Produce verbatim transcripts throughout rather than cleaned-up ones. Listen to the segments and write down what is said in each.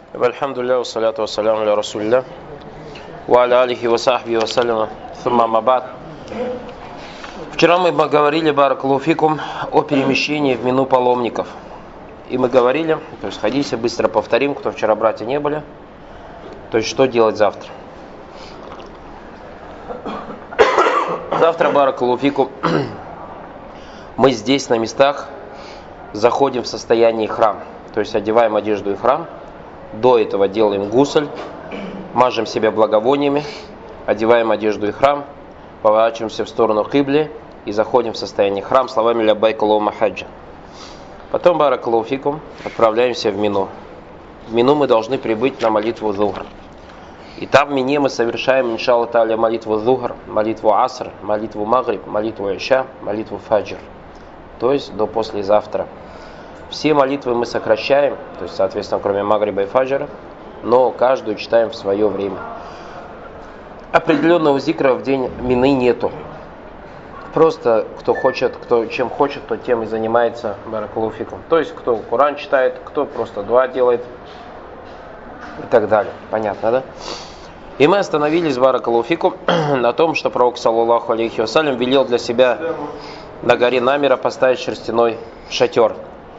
Альхамдулилля, вассаляту вассаляму аля расулилля, ва аля алихи ва сахби вассаляма, сумма мабад. Вчера мы говорили, баракаллаху фикум, о перемещении в мину паломников. И мы говорили, то есть в хадисе, быстро повторим, кто вчера братья не были, то есть что делать завтра. Завтра, баракаллаху фикум, мы здесь на местах заходим в состояние храм, то есть одеваем одежду и храм. До этого делаем гусль, мажем себя благовониями, одеваем одежду и храм, поворачиваемся в сторону кибли и заходим в состояние храм словами ляббайк аллахумма хаджа. Потом, баракаллаху фикум, отправляемся в Мину. В Мину мы должны прибыть на молитву Зухр. И там в Мине мы совершаем, иншаллах тааля, молитву Зухр, молитву Аср, молитву Магриб, молитву Иша, молитву Фаджр. То есть до послезавтра. Все молитвы мы сокращаем, то есть, соответственно, кроме Магриба и Фаджра, но каждую читаем в свое время. Определенного зикра в день Мины нету. Просто кто хочет, кто чем хочет, тот тем и занимается, баракаллаху фикум. То есть, кто Коран читает, кто просто дуа делает и так далее. Понятно, да? И мы остановились, баракаллаху фикум, на том, что пророк, саллаллаху алейхи вассалям, велел для себя на горе Намира поставить шерстяной шатер.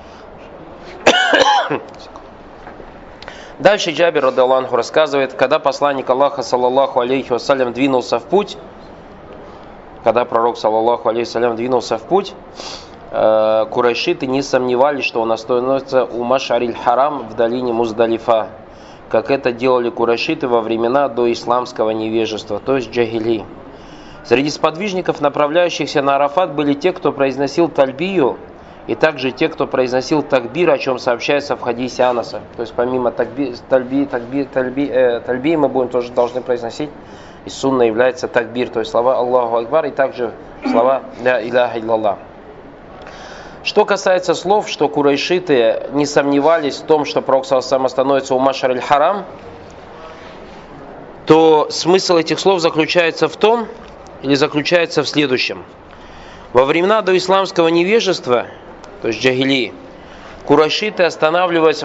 Дальше Джабир радиаллаху анху рассказывает, когда посланник Аллаха, саллаллаху алейхи вассалям, двинулся в путь, когда пророк, саллаллаху алейхи вассалям, двинулся в путь, э, курайшиты не сомневались, что он остановится у Маш'ариль-Харам в долине Муздалифа, как это делали курайшиты во времена до исламского невежества, то есть джахили. Среди сподвижников, направляющихся на Арафат, были те, кто произносил тальбию, и также те, кто произносил такбир, о чем сообщается в хадисе Анаса. То есть помимо такби, тальби, такби, тальби, э, тальби мы будем тоже должны произносить. И сунна является такбир, то есть слова Аллаху Акбар и также слова ля иляха илляллах. Что касается слов, что курайшиты не сомневались в том, что пророк сам остановится у Маш'ар-аль-Харам, то смысл этих слов заключается в том, или заключается в следующем. Во времена до исламского невежества, то есть джахили, курайшиты останавливались в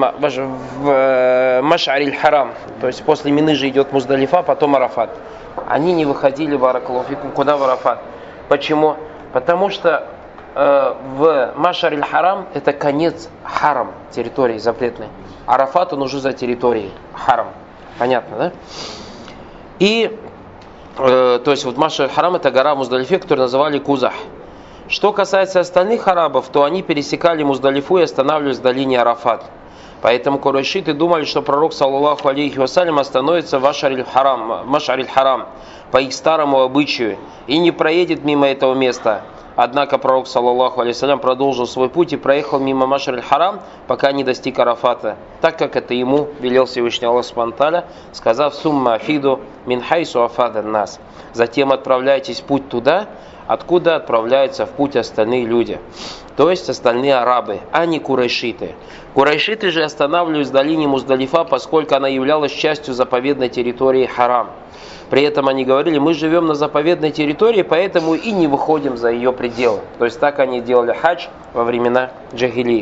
Маш'ар-аль-Харам, то есть после Мины же идет Муздалифа, потом Арафат. Они не выходили, баракаллаху фикум, куда в Арафат. Почему? Потому что э, в Маш'ар-аль-Харам это конец харам, территории запретной. Арафат он уже за территорией харам. Понятно, да? И э, то есть вот Маш'ар-аль-Харам это гора Муздалифе, которую называли Кузах. Что касается остальных арабов, то они пересекали Муздалифу и останавливались в долине Арафат. Поэтому курайшиты думали, что пророк, саллаллаху алейхи вассалям, остановится в Маш'ар-аль-Харам, Маш'ар-аль-Харам по их старому обычаю и не проедет мимо этого места. Однако пророк, саллаллаху алейхи вассалям, продолжил свой путь и проехал мимо Маш'ар-аль-Харам, пока не достиг Арафата, так как это ему велел Всевышний Аллах субхану ва тааля, сказав: «Сумма афиду мин хайсу афадан нас». Затем отправляйтесь в путь туда, откуда отправляются в путь остальные люди, то есть остальные арабы, а не курайшиты. Курайшиты же останавливались в долине Муздалифа, поскольку она являлась частью заповедной территории Харам. При этом они говорили: мы живем на заповедной территории, поэтому и не выходим за ее пределы. То есть так они делали хадж во времена джахилии.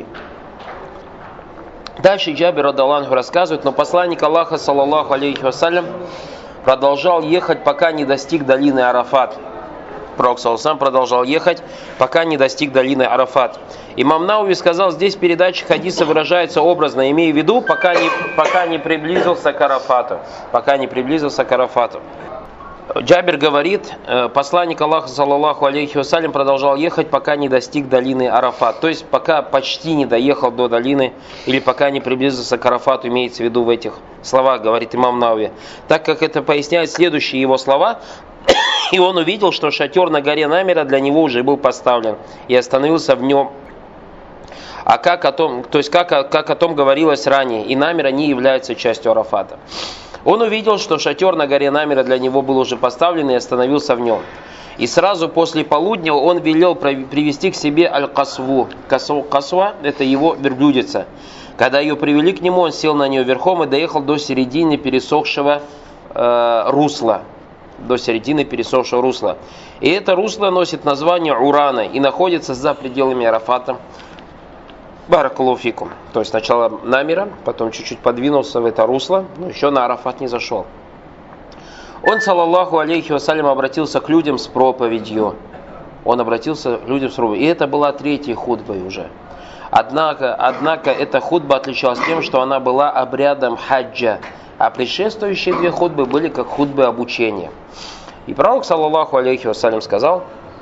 Дальше Джабир радиаллаху анху рассказывает, но посланник Аллаха, саллаллаху алейхи вассалям, продолжал ехать, пока не достиг долины Арафат. Пророк саллаллаху продолжал ехать, пока не достиг долины Арафат. Имам Науви сказал, здесь передача хадиса выражается образно, имея в виду, пока не, пока не приблизился к Арафату. Пока не приблизился к Арафату. Джабир говорит, посланник Аллаха, саллаллаху алейхи вассалям, продолжал ехать, пока не достиг долины Арафат. То есть, пока почти не доехал до долины, или пока не приблизился к Арафату, имеется в виду в этих словах, говорит имам Науви. Так как это поясняет следующие его слова, и он увидел, что шатер на горе Намира для него уже был поставлен, и остановился в нем. А как о том, то есть как, как о том говорилось ранее, и Намира не является частью Арафата. Он увидел, что шатер на горе Намира для него был уже поставлен, и остановился в нем. И сразу после полудня он велел привести к себе Аль-Касву. Касва – это его верблюдица. Когда ее привели к нему, он сел на нее верхом и доехал до середины пересохшего э, русла. До середины пересохшего русла. И это русло носит название Урана и находится за пределами Арафата. Баракаллаху фикум. То есть сначала намера, потом чуть-чуть подвинулся в это русло, но еще на Арафат не зашел. Он, саллаллаху алейхи вассалям, обратился к людям с проповедью. Он обратился к людям с проповедью. И это была третья хутбой уже. Однако, однако эта хутба отличалась тем, что она была обрядом хаджа, а предшествующие две хутбы были как хутбы обучения. И пророк, саллаллаху алейхи вассалям, сказал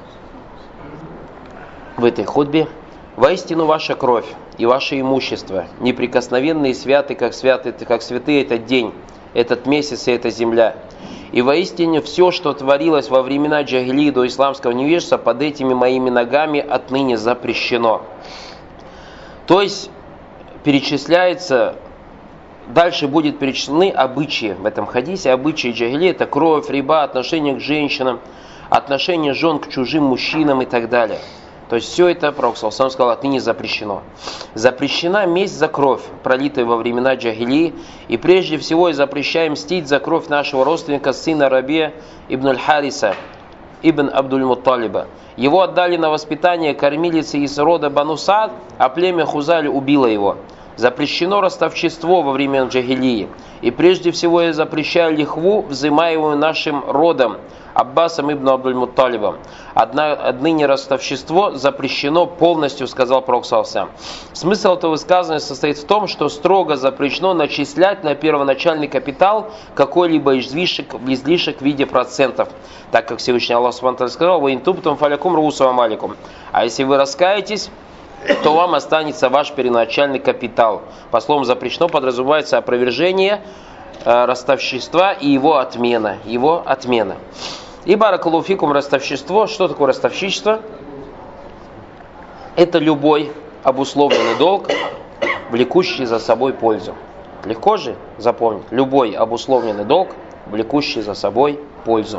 в этой хутбе: «Воистину ваша кровь и ваше имущество, неприкосновенные и святы, как, святы, как святые этот день, этот месяц и эта земля. И воистине все, что творилось во времена джахилии до исламского невежества, под этими моими ногами отныне запрещено». То есть перечисляется, дальше будет перечислены обычаи в этом хадисе. Обычаи джахилии — это кровь, риба, отношение к женщинам, отношение жен к чужим мужчинам и так далее. То есть все это, пророк саллаллаху алейхи ва саллям сказал, отныне запрещено. Запрещена месть за кровь, пролитая во времена джахилии, и прежде всего и запрещаем мстить за кровь нашего родственника, сына Рабия ибн аль-Хариса, ибн Абдуль-Мутталиба. Его отдали на воспитание кормилицы из рода Бану Саад, а племя Хузаль убило его. Запрещено ростовщество во время джахилии, и прежде всего я запрещаю лихву, взимаемую нашим родом, Аббасом ибн Абдуль-Мутталибом. Отныне ростовщество запрещено полностью, сказал пророк саллаллаху алейхи ва саллям. Смысл этого высказывания состоит в том, что строго запрещено начислять на первоначальный капитал какой-либо излишек, излишек в виде процентов, так как Всевышний Аллах субхану ва тааля сказал: «Ва ин тубтум фалякум руусу амаликум». А если вы раскаетесь, то вам останется ваш первоначальный капитал. По словам запрещено подразумевается опровержение э, ростовщества и его отмена. Его отмена. И баракаллаху фикум, ростовщество. Что такое ростовщичество? Это любой обусловленный долг, влекущий за собой пользу. Легко же запомнить? Любой обусловленный долг, влекущий за собой пользу.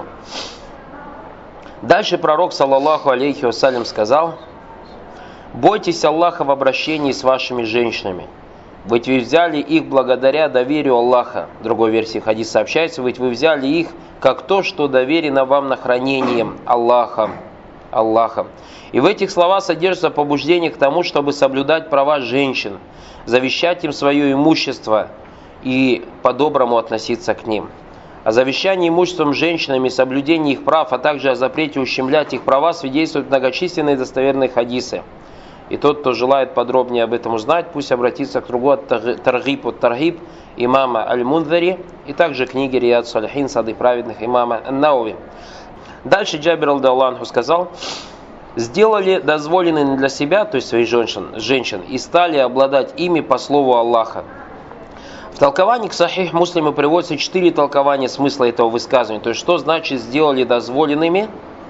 Дальше пророк, саллаллаху алейхи вассалям, сказал: «Бойтесь Аллаха в обращении с вашими женщинами. Ведь вы взяли их благодаря доверию Аллаха». В другой версии хадис сообщается: «Ведь вы взяли их как то, что доверено вам на хранение Аллахом». Аллахом. И в этих словах содержится побуждение к тому, чтобы соблюдать права женщин, завещать им свое имущество и по-доброму относиться к ним. О завещании имуществом женщинами, соблюдении их прав, а также о запрете ущемлять их права свидетельствуют многочисленные достоверные хадисы. И тот, кто желает подробнее об этом узнать, пусть обратится к другу Таргиб от Таргиб имама Аль-Мунзари и также книги Рияд Салихин, Сады праведных имама Ан-Науви. Дальше Джабир радхияллаху анху сказал: «Сделали дозволенными для себя, то есть своих женщин, женщин, и стали обладать ими по слову Аллаха». В толковании к Сахих Муслима приводится четыре толкования смысла этого высказывания. То есть, что значит сделали дозволенными,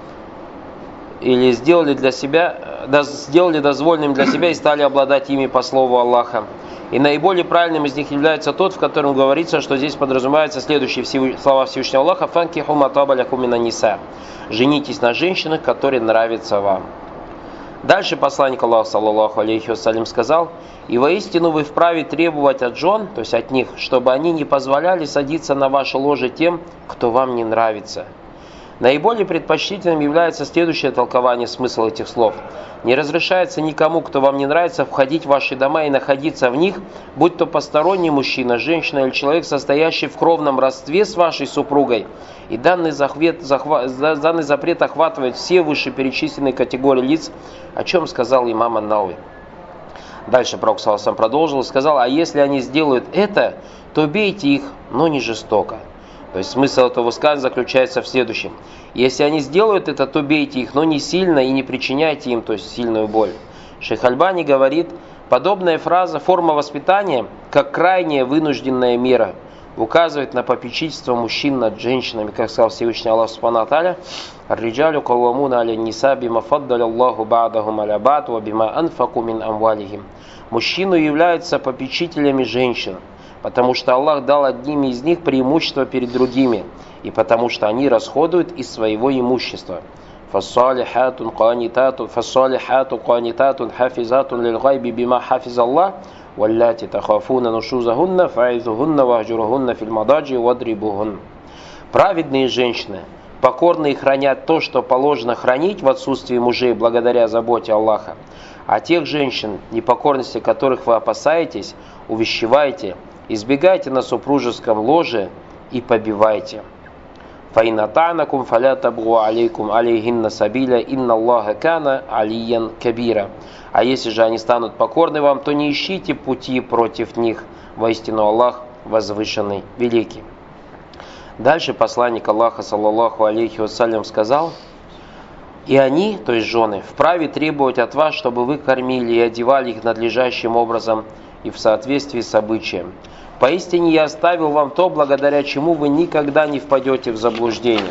или сделали для себя, сделали дозволенным для себя и стали обладать ими по слову Аллаха. И наиболее правильным из них является тот, в котором говорится, что здесь подразумеваются следующие слова Всевышнего Аллаха: «Фанкиху ма таба лякум мина ниса». Женитесь на женщинах, которые нравятся вам. Дальше посланник Аллаха, саллаллаху алейхи вассалям, сказал: «И воистину вы вправе требовать от жен, то есть от них, чтобы они не позволяли садиться на ваше ложе тем, кто вам не нравится». Наиболее предпочтительным является следующее толкование смысла этих слов: «Не разрешается никому, кто вам не нравится, входить в ваши дома и находиться в них, будь то посторонний мужчина, женщина или человек, состоящий в кровном родстве с вашей супругой». И данный, захвет, захва, данный запрет охватывает все вышеперечисленные категории лиц, о чем сказал имам Ан-Науви. Дальше пророк саллаллаху алейхи ва саллям продолжил и сказал: «А если они сделают это, то бейте их, но не жестоко». То есть смысл этого высказывания заключается в следующем: если они сделают это, то бейте их, но не сильно и не причиняйте им, то есть сильную боль. Шейх Альбани говорит: подобная фраза, форма воспитания, как крайняя вынужденная мера, указывает на попечительство мужчин над женщинами, как сказал Всевышний Аллах субхану ва тааля: «Ар-риджалю каввамуна аля ниса бима фаддаля Аллаху ба'дахум аля ба'д ва бима анфаку мин амвалихим». Мужчины являются попечителями женщин, потому что Аллах дал одним из них преимущество перед другими, и потому что они расходуют из своего имущества. «Фассалихатун канитатун, фассалихату канитатун хафизатун лилгайби бима хафизаллах, валляти тахафуна нушузахунна, фаизухунна вахджурухунна фильмададжи вадрибухун». Праведные женщины, покорные, хранят то, что положено хранить в отсутствии мужей благодаря заботе Аллаха. А тех женщин, непокорности которых вы опасаетесь, увещевайте, избегайте на супружеском ложе и побивайте. فَإِنْ أَطَعْنَكُمْ فَلَا تَبْغُوا عَلَيْكُمْ عَلَيْهِنَّ سَبِيلًا إِنَّ اللَّهَ كَانَ عَلِيًّا كَبِيرًا. А если же они станут покорны вам, то не ищите пути против них. Воистину Аллах возвышенный, великий. Дальше посланник Аллаха, саллаллаху алейхи вассалям, сказал: и они, то есть жены, вправе требовать от вас, чтобы вы кормили и одевали их надлежащим образом и в соответствии с обычаем. Поистине я оставил вам то, благодаря чему вы никогда не впадете в заблуждение,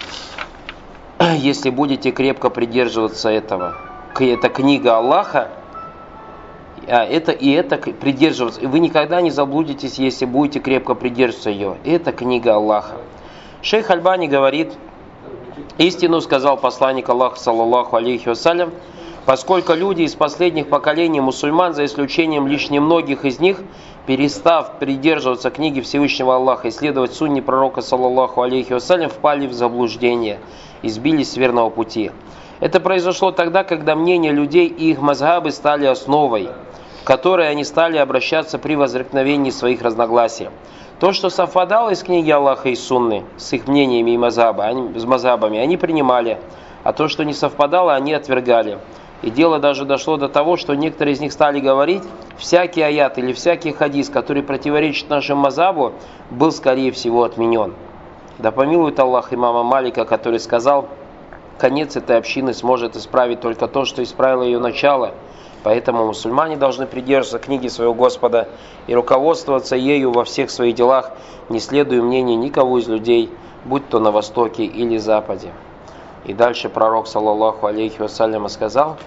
если будете крепко придерживаться этого. Это книга Аллаха, а это и это придерживаться. И вы никогда не заблудитесь, если будете крепко придерживаться ее. Это книга Аллаха. Шейх Альбани говорит: истину сказал посланник Аллаха, саллаллаху алейхи вассалям, поскольку люди из последних поколений мусульман, за исключением лишь немногих из них, перестав придерживаться книги Всевышнего Аллаха и следовать сунне пророка, саллаллаху алейхи вассалям, впали в заблуждение и сбились с верного пути. Это произошло тогда, когда мнения людей и их мазхабы стали основой, к которой они стали обращаться при возникновении своих разногласий. То, что совпадало из книги Аллаха и сунны с их мнениями и мазхабами, с мазхабами, они принимали, а то, что не совпадало, они отвергали. И дело даже дошло до того, что некоторые из них стали говорить: всякий аят или всякий хадис, который противоречит нашему мазхабу, был, скорее всего, отменен. Да помилует Аллах имама Малика, который сказал: конец этой общины сможет исправить только то, что исправило ее начало. Поэтому мусульмане должны придерживаться книги своего Господа и руководствоваться ею во всех своих делах, не следуя мнению никого из людей, будь то на востоке или западе. И дальше пророк, саллаллаху алейхи вассалям, сказал: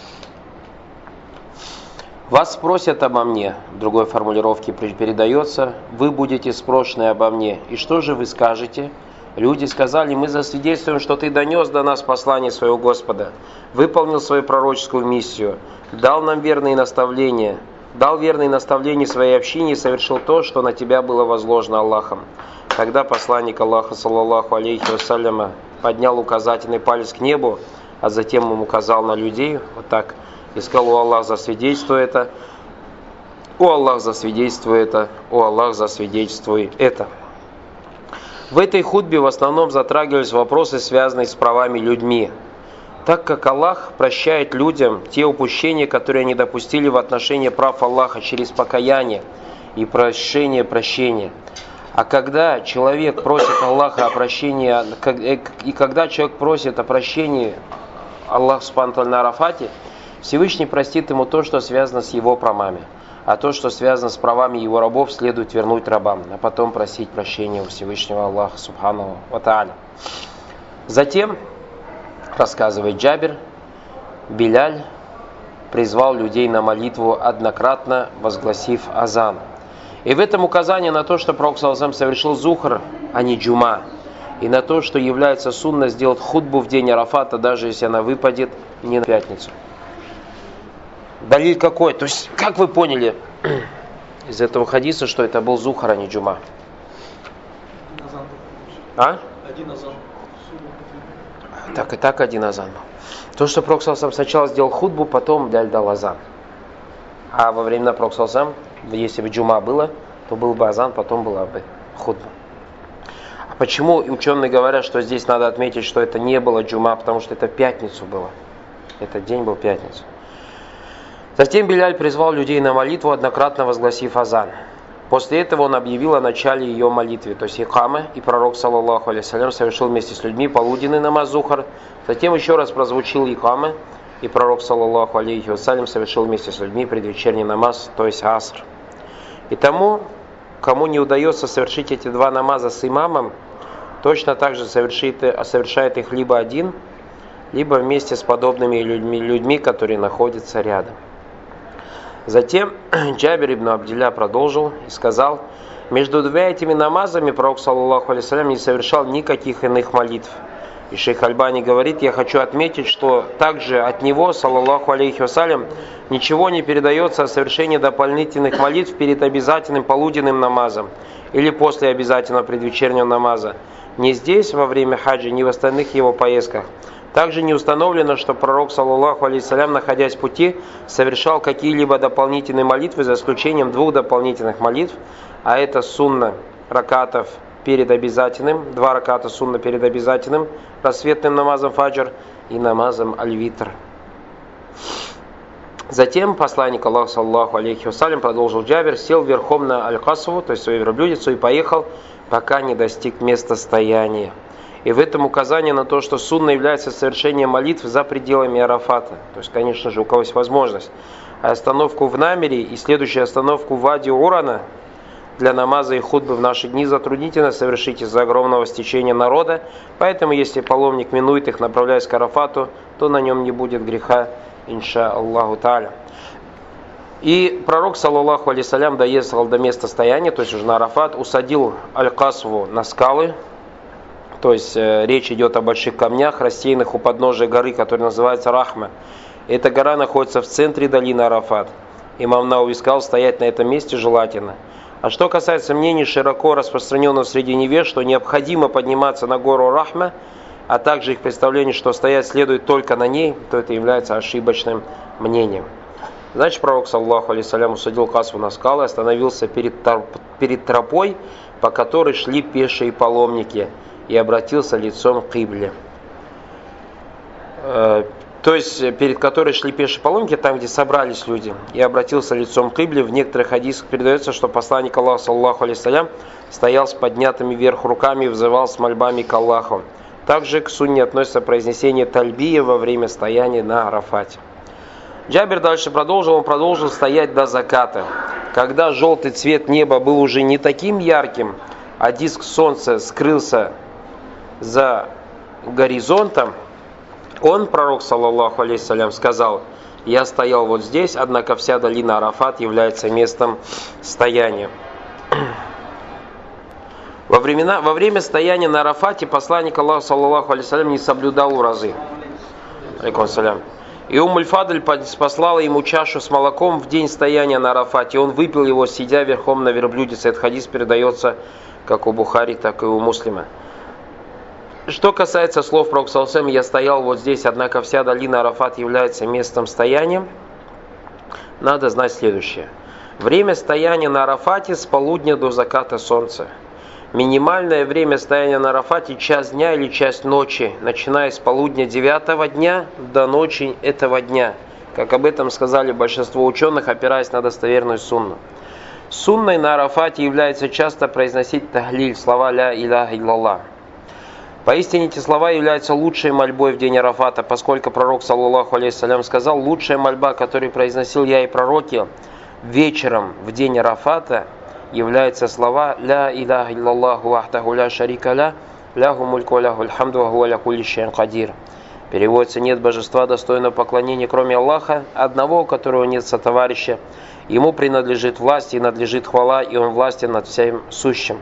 вас спросят обо мне, в другой формулировке передается: вы будете спрошены обо мне, и что же вы скажете? Люди сказали: мы засвидетельствуем, что ты донес до нас послание своего Господа, выполнил свою пророческую миссию, дал нам верные наставления, дал верные наставления своей общине и совершил то, что на тебя было возложено Аллахом. Тогда посланник Аллаха, саллаллаху алейхи вассаляма, поднял указательный палец к небу, а затем ему указал на людей, вот так, и сказал: о Аллах, засвидетельствуй это, о Аллах, засвидетельствуй это, о Аллах, засвидетельствуй это. В этой хутбе в основном затрагивались вопросы, связанные с правами людьми, так как Аллах прощает людям те упущения, которые они допустили в отношении прав Аллаха через покаяние и прощение прощения. А когда человек просит Аллаха о прощении, и когда человек просит о прощении Аллаха субхану ва тааля на Арафате, Всевышний простит ему то, что связано с его правами. А то, что связано с правами его рабов, следует вернуть рабам, а потом просить прощения у Всевышнего Аллаха субхану ва тааля. Затем, рассказывает Джабир, Биляль призвал людей на молитву, однократно возгласив азан. И в этом указание на то, что пророк саллаллаху алейхи ва саллям совершил зухр, а не джума, и на то, что является сунна сделать хутбу в день Арафата, даже если она выпадет не на пятницу. Далиль какой? То есть, как вы поняли из этого хадиса, что это был зухр, а не джума? А? Один азан. Так и так один азан был. То, что пророк саллаллаху алейхи ва саллям сначала сделал хутбу, потом Биляль дал азан. А во времена пророка саллаллаху алейхи ва саллям, если бы джума было, то был бы азан, потом была бы хутба. А почему ученые говорят, что здесь надо отметить, что это не было джума, потому что это пятницу было. Этот день был пятницу. Затем Биляль призвал людей на молитву, однократно возгласив азан. После этого он объявил о начале ее молитвы, то есть икамы, и пророк, саллаллаху алейхи ва саллям, совершил вместе с людьми полуденный намаз зухр. Затем еще раз прозвучил икамы, и пророк, саллаллаху алейхи ва саллям, совершил вместе с людьми предвечерний намаз, то есть аср. И тому, кому не удается совершить эти два намаза с имамом, точно так же совершит, совершает их либо один, либо вместе с подобными людьми, людьми, которые находятся рядом. Затем Джабир ибн Абдилля продолжил и сказал: между двумя этими намазами пророк, саллаллаху алейхи ва саллям, не совершал никаких иных молитв. И шейх Альбани говорит: я хочу отметить, что также от него, саллаллаху алейхи ва саллям, ничего не передается о совершении дополнительных молитв перед обязательным полуденным намазом или после обязательного предвечернего намаза. Ни здесь, во время хаджа, ни в остальных его поездках. Также не установлено, что пророк, саллаллаху алейхиссалям, находясь в пути, совершал какие-либо дополнительные молитвы, за исключением двух дополнительных молитв, а это сунна ракатов перед обязательным, два раката сунна перед обязательным, рассветным намазом фаджр и намазом аль-витр. Затем посланник Аллаха, саллаллаху алейхи вассалям, продолжил Джабир, сел верхом на аль-касву, то есть свою верблюдицу, и поехал, пока не достиг места стояния. И в этом указание на то, что сунна является совершением молитв за пределами Арафата. То есть, конечно же, у кого есть возможность. А остановку в намере и следующую остановку в Вади Урана для намаза и хутбы в наши дни затруднительно совершить из-за огромного стечения народа. Поэтому, если паломник минует их, направляясь к Арафату, то на нем не будет греха, инша Аллаху Тааля. И пророк, саллаллаху алейхиссалям, доехал до места стояния, то есть уже на Арафат, усадил аль-Касву на скалы. То есть э, речь идет о больших камнях, рассеянных у подножия горы, которая называется Рахма. Эта гора находится в центре долины Арафат. Имам Науви сказал, стоять на этом месте желательно. А что касается мнений, широко распространенного среди невеж, что необходимо подниматься на гору Рахма, а также их представление, что стоять следует только на ней, то это является ошибочным мнением. Значит, пророк, саллаллаху алейхиссалям, усадил Касву на скалы, остановился перед, перед тропой, по которой шли пешие паломники, и обратился лицом к кибле. Э, то есть, перед которой шли пешие паломники, там, где собрались люди, и обратился лицом к кибле. В некоторых хадисах передается, что посланник Аллаха, саллаллаху алейхиссалям, стоял с поднятыми вверх руками и взывал с мольбами к Аллаху. Также к сунне относится произнесение тальбия во время стояния на Арафате. Джабир дальше продолжил, он продолжил стоять до заката. Когда желтый цвет неба был уже не таким ярким, а диск солнца скрылся за горизонтом, он, пророк, саллаллаху алейхиссалям, сказал: «Я стоял вот здесь, однако вся долина Арафат является местом стояния». Во, времена, во время стояния на Арафате посланник Аллаха, саллаллаху алейхиссалям, не соблюдал уразы. Алейкум ассалям. И Уммуль-Фадль послала ему чашу с молоком в день стояния на Арафате, и он выпил его, сидя верхом на верблюдице. Этот хадис передается как у Бухари, так и у Муслима. Что касается слов пророка, саллаллаху алейхи ва саллям, «Я стоял вот здесь, однако вся долина Арафат является местом стояния», надо знать следующее. Время стояния на Арафате с полудня до заката солнца. Минимальное время стояния на Арафате час дня или час ночи, начиная с полудня девятого дня до ночи этого дня, как об этом сказали большинство ученых, опираясь на достоверную сунну. Сунной на Арафате является часто произносить тахлиль, слова «ля иляха илляллах». Поистине эти слова являются лучшей мольбой в день Арафата, поскольку пророк, саллаллаху алейхи салям, сказал: «Лучшая мольба, которую произносил я и пророки вечером в день Арафата, являются слова «Ля иляха илляллаху вахдаху ля шарика ля, ляху мульку ляху аль-хамду ва хуа ля кулли шайин кадир». Переводится: «Нет божества достойного поклонения, кроме Аллаха, одного, у которого нет сотоварища. Ему принадлежит власть и надлежит хвала, и он властен над всем сущим».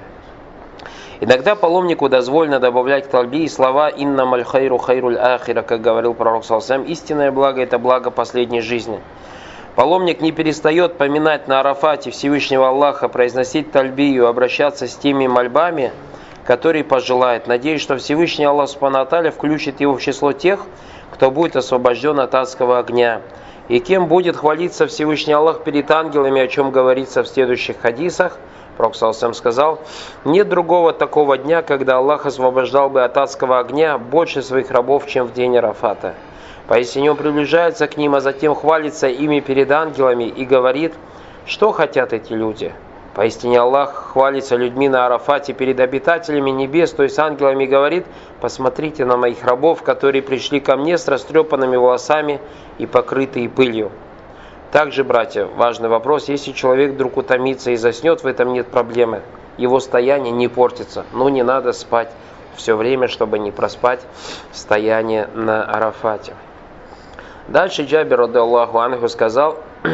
Иногда паломнику дозволено добавлять к тальбии слова «Иннамаль хайру хайруль ахира», как говорил пророк, саллаллаху алейхи ва саллям, «Истинное благо – это благо последней жизни». Паломник не перестает поминать на Арафате Всевышнего Аллаха, произносить тальбию, обращаться с теми мольбами, которые пожелает. Надеюсь, что Всевышний Аллах Субхану ва Тааля включит его в число тех, кто будет освобожден от адского огня. И кем будет хвалиться Всевышний Аллах перед ангелами, о чем говорится в следующих хадисах. Пророк саллаллаху алейхи ва саллям сказал: «Нет другого такого дня, когда Аллах освобождал бы от адского огня больше своих рабов, чем в день Арафата. Поистине он приближается к ним, а затем хвалится ими перед ангелами и говорит: что хотят эти люди? Поистине Аллах хвалится людьми на Арафате перед обитателями небес, то есть ангелами, и говорит: посмотрите на моих рабов, которые пришли ко мне с растрепанными волосами и покрытые пылью». Также, братья, важный вопрос: если человек вдруг утомится и заснет, в этом нет проблемы. Его стояние не портится, но не надо спать все время, чтобы не проспать стояние на Арафате. Дальше Джабир, радиаллаху анху, сказал: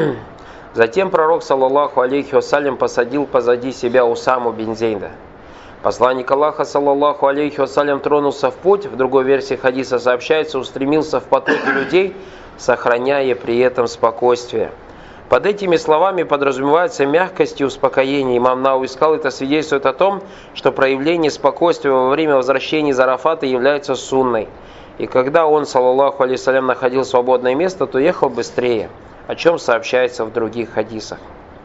«Затем пророк, саллаллаху алейхи ва саллям, посадил позади себя Усаму бин Зейда. Посланник Аллаха, саллаллаху алейхи ва саллям, тронулся в путь, в другой версии хадиса сообщается, устремился в потоке людей, сохраняя при этом спокойствие». Под этими словами подразумевается мягкость и успокоение. Имам Науви сказал, это свидетельствует о том, что проявление спокойствия во время возвращения из Арафата является сунной. И когда он, саллаллаху алейхиссалям, находил свободное место, то ехал быстрее, о чем сообщается в других хадисах.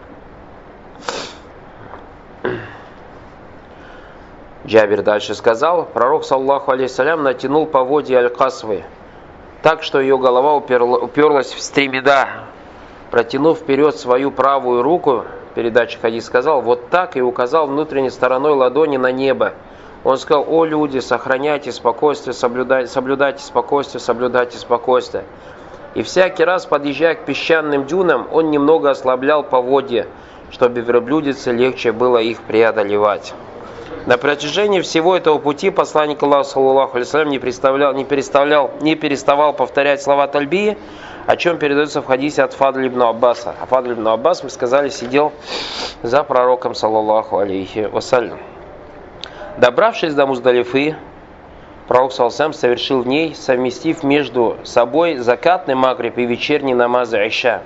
Джабир дальше сказал, пророк, саллаллаху алейхиссалям, натянул поводья Аль-Касвы, так что ее голова уперла, уперлась в стремена. Протянув вперед свою правую руку, передача хадис сказал, вот так и указал внутренней стороной ладони на небо. Он сказал, о люди, сохраняйте спокойствие, соблюдайте, соблюдайте спокойствие, соблюдайте спокойствие. И всякий раз, подъезжая к песчаным дюнам, он немного ослаблял поводья, чтобы верблюдице легче было их преодолевать. На протяжении всего этого пути посланник Аллаха, саллаллаху алейхи не переставлял, не переставлял, не переставал повторять слова тальбии, о чем передается в хадисе от Фадля ибн Аббаса. А Фадль ибн Аббас, мы сказали, сидел за пророком, саллаллаху алейхи вассалям. Добравшись до Муздалифы, пророк, саллаллаху алейхи, совершил в ней, совместив между собой закатный магриб и вечерний намаз Иша.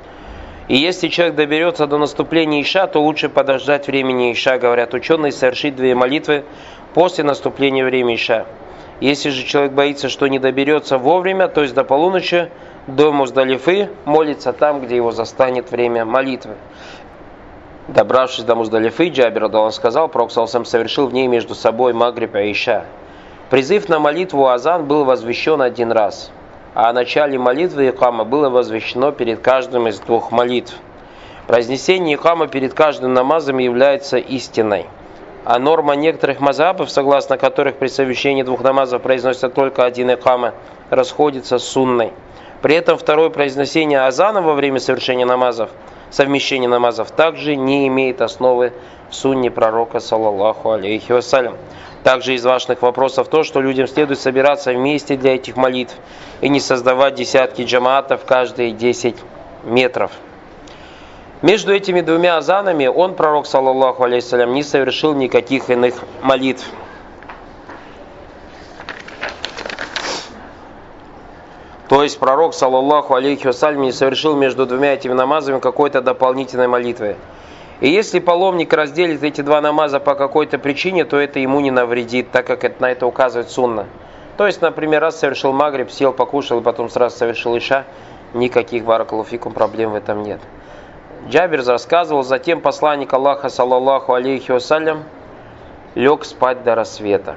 И если человек доберется до наступления Иша, то лучше подождать времени Иша, говорят ученые, совершить две молитвы после наступления времени Иша. Если же человек боится, что не доберется вовремя, то есть до полуночи, до Муздалифы, молится там, где его застанет время молитвы. Добравшись до Муздалифы, Джабир радхиаллаху сказал, пророк саллаллаху алейхи совершил в ней между собой магриб и Иша. Призыв на молитву азан был возвещен один раз, а о начале молитвы икама было возвещено перед каждым из двух молитв. Произнесение икама перед каждым намазом является истиной. А норма некоторых мазхабов, согласно которых при совмещении двух намазов произносится только один икама, расходится с сунной. При этом второе произнесение азана во время совершения намазов, совмещения намазов, также не имеет основы в сунне пророка, саллаллаху алейхи вассалям. Также из важных вопросов то, что людям следует собираться вместе для этих молитв и не создавать десятки джамаатов каждые десять метров. Между этими двумя азанами он, пророк, саллаллаху алейхи вассалям, не совершил никаких иных молитв. То есть пророк, саллаллаху алейхи вассалям, не совершил между двумя этими намазами какой-то дополнительной молитвы. И если паломник разделит эти два намаза по какой-то причине, то это ему не навредит, так как это, на это указывает сунна. То есть, например, раз совершил магриб, сел, покушал и потом сразу совершил иша, никаких, баракаллаху фикум, проблем в этом нет. Джабир рассказывал, затем посланник Аллаха, саллаллаху алейхи вассалям, лег спать до рассвета.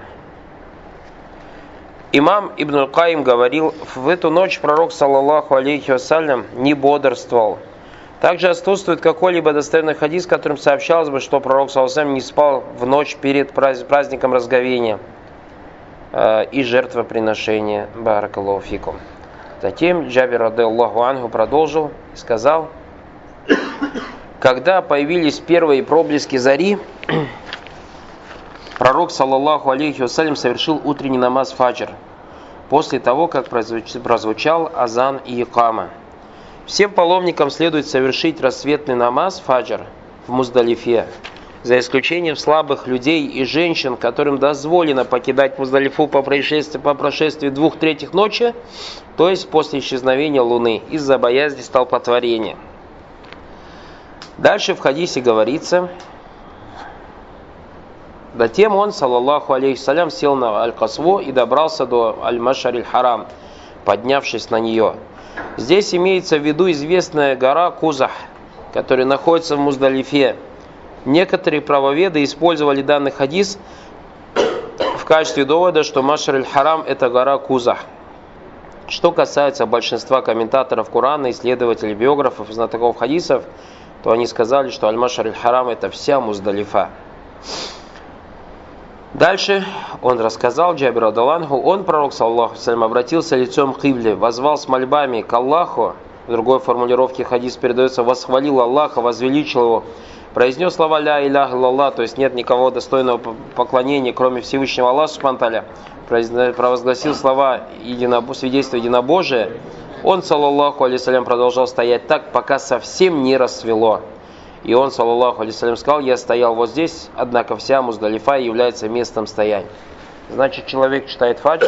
Имам Ибн Аль-Каим говорил, в эту ночь пророк, саллаллаху алейхи вассалям, не бодрствовал. Также отсутствует какой-либо достоверный хадис, которым сообщалось бы, что пророк, саллаллаху алейхи вассалям, не спал в ночь перед праздником разговения э, и жертвоприношения. Баракаллаху фикум. Затем Джабир радхиаллаху анху продолжил и сказал, когда появились первые проблески зари, пророк, саллаллаху алейхи вассалям, совершил утренний намаз фаджр, после того, как прозвучал азан и икама. Всем паломникам следует совершить рассветный намаз фаджр в Муздалифе, за исключением слабых людей и женщин, которым дозволено покидать Муздалифу по прошествии, по прошествии двух третьих ночи, то есть после исчезновения луны, из-за боязни столпотворения. Дальше в хадисе говорится, затем он, саллаллаху алейхи салям, сел на Аль-Касву и добрался до Аль-Машар-Аль-Харам, поднявшись на нее. Здесь имеется в виду известная гора Кузах, которая находится в Муздалифе. Некоторые правоведы использовали данный хадис в качестве довода, что Машар-Аль-Харам это гора Кузах. Что касается большинства комментаторов Корана, исследователей, биографов, знатоков хадисов, то они сказали, что Аль-Машар-Аль-Харам это вся Муздалифа. Дальше он рассказал, Джабир радхиаллаху анху, он, пророк, саллаллаху алейхи ва саллям, обратился лицом к кибле, возвал с мольбами к Аллаху, в другой формулировке хадис передается, восхвалил Аллаха, возвеличил его, произнес слова ля иляха илляллах, то есть нет никого достойного поклонения, кроме Всевышнего Аллаха субхану ва тааля, провозгласил слова единобо... свидетельства единобожия, он, саллаллаху алейхи ва саллям, продолжал стоять так, пока совсем не рассвело. И он, саллаллаху алейхи ва саллям, сказал, я стоял вот здесь, однако вся Муздалифа является местом стояния. Значит, человек читает фаджр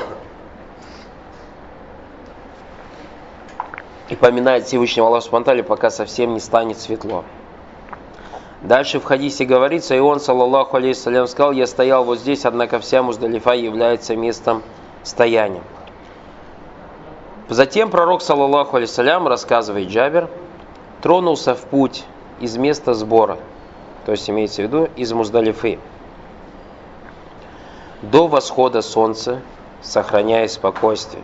и поминает Всевышнего Аллаха субхану ва тааля, пока совсем не станет светло. Дальше в хадисе говорится, и он, саллаллаху алейхи ва саллям, сказал, я стоял вот здесь, однако вся Муздалифа является местом стоянием. Затем пророк, саллаллаху алейхиссалям, рассказывает Джабир, тронулся в путь из места сбора, то есть имеется в виду из Муздалифы, до восхода солнца, сохраняя спокойствие.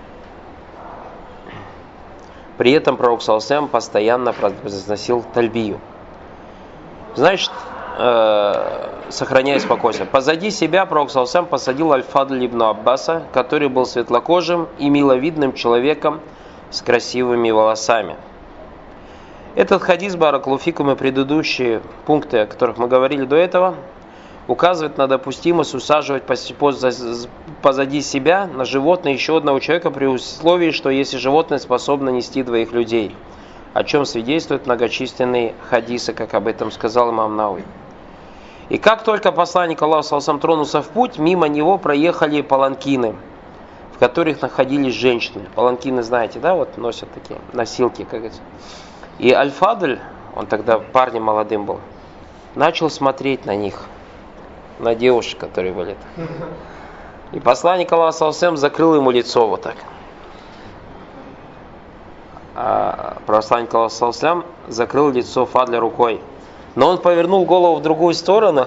При этом пророк, саллаллаху алейхи ва саллям, постоянно произносил тальбию. Значит, э, сохраняя спокойствие. Позади себя пророк, саллаллаху алейхи ва саллям, посадил Аль-Фадль ибн Аббаса, который был светлокожим и миловидным человеком с красивыми волосами. Этот хадис, баракаллаху фикум, и предыдущие пункты, о которых мы говорили до этого, указывает на допустимость усаживать позади себя на животное еще одного человека при условии, что если животное способно нести двоих людей, о чем свидетельствуют многочисленные хадисы, как об этом сказал имам Науи. И как только посланник Аллаха саллаллаху алейхи ва саллям тронулся в путь, мимо него проехали паланкины, в которых находились женщины. Паланкины, знаете, да, вот носят такие носилки, как говорится. И Аль-Фадль, он тогда парнем молодым был, начал смотреть на них, на девушек, которые были там. И посланник Аллаха саллаллаху алейхи ва саллям закрыл ему лицо вот так. А посланник Аллаха саллаллаху алейхи ва саллям закрыл лицо Фадля рукой. Но он повернул голову в другую сторону,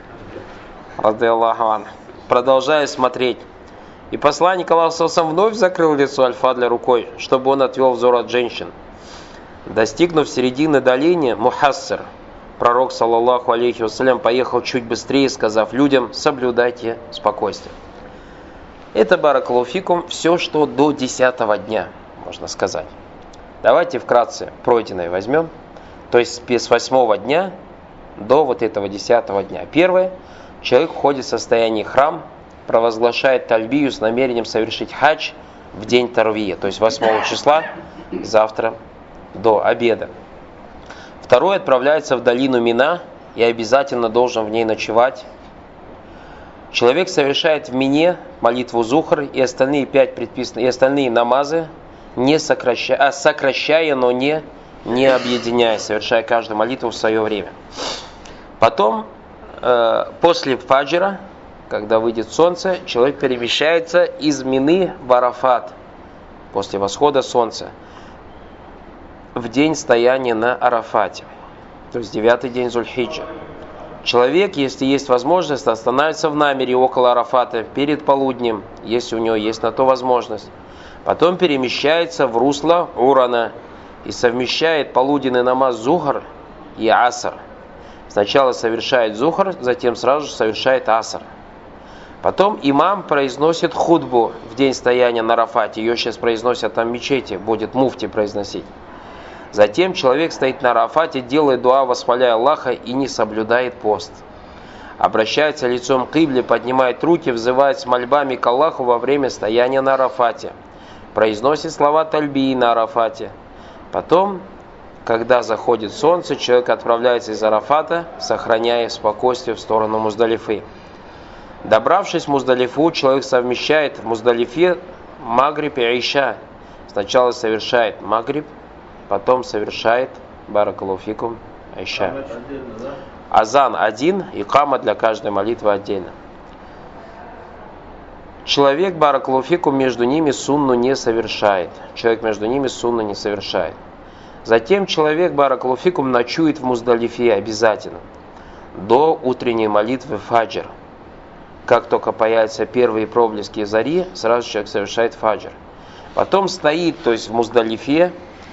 радиаллаху анху, продолжая смотреть. И посланник Аллаха саллаллаху алейхи ва саллям вновь закрыл лицо Аль-Фадля рукой, чтобы он отвел взор от женщин. Достигнув середины долины Мухассир, пророк, саллаллаху алейхи ва саллям, поехал чуть быстрее, сказав людям: соблюдайте спокойствие. Это, баракаллаху фикум, все, что до десятого дня, можно сказать. Давайте вкратце пройденное возьмем. То есть с восьмого дня до вот этого десятого дня. Первое. Человек входит в состояние храм, провозглашает тальбию с намерением совершить хадж в день Тарвия, то есть восьмого числа, завтра до обеда. Второе. Отправляется в долину Мина и обязательно должен в ней ночевать. Человек совершает в Мине молитву Зухр и остальные пять предписанные, и остальные намазы, не сокращая, а сокращая, но не, не объединяя, совершая каждую молитву в свое время. Потом, э, после фаджра, когда выйдет солнце, человек перемещается из Мины в Арафат, после восхода солнца, в день стояния на Арафате, то есть девятый день Зуль-Хиджа. Человек, если есть возможность, останавливается в намере около Арафата перед полуднем, если у него есть на то возможность. Потом перемещается в русло Урана и совмещает полуденный намаз Зухр и Аср. Сначала совершает Зухр, затем сразу же совершает Аср. Потом имам произносит хутбу в день стояния на Арафате. Ее сейчас произносят там в мечети, будет муфти произносить. Затем человек стоит на Арафате, делает дуа, восхваляя Аллаха, и не соблюдает пост. Обращается лицом к Кибле, поднимает руки, взывает с мольбами к Аллаху во время стояния на Арафате. Произносит слова тальбии на Арафате. Потом, когда заходит солнце, человек отправляется из Арафата, сохраняя спокойствие в сторону Муздалифы. Добравшись в Муздалифу, человек совмещает в Муздалифе Магриб и Иша. Сначала совершает Магриб, потом совершает, баракаллаху фикум, Иша. Азан один, икама для каждой молитвы отдельно. Человек, баракаллаху фикум, между ними сунну не совершает. Человек между ними сунну не совершает. Затем человек, баракаллаху фикум, ночует в Муздалифе обязательно, до утренней молитвы фаджр. Как только появятся первые проблески зари, сразу человек совершает фаджр. Потом стоит, то есть в Муздалифе,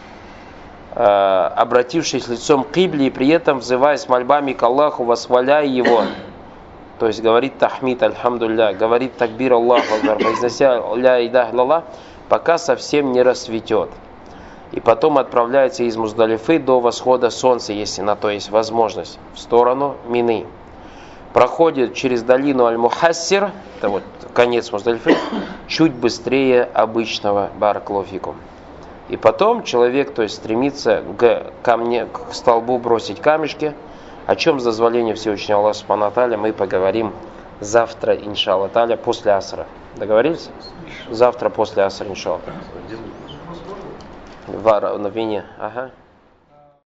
обратившись лицом к Кибле и при этом взывая с мольбами к Аллаху, восхваляя его, то есть говорит тахмид, альхамдулилля, говорит такбир Аллаху акбар, произнося ля илляха илlallah, пока совсем не рассветет. И потом отправляется из Муздалифы до восхода солнца, если на то есть возможность, в сторону Мины. Проходит через долину Аль-Мухассир, это вот конец Муздалифы, чуть быстрее обычного, баракаллаху фикум. И потом человек, то есть, стремится к камне, к столбу бросить камешки, о чем с дозволения Всевышнего Аллаха Субхану ва Тааля мы поговорим завтра, иншаллах та'аля, после асра. Договорились? Завтра после асра, иншаллах. В Вине. Ага.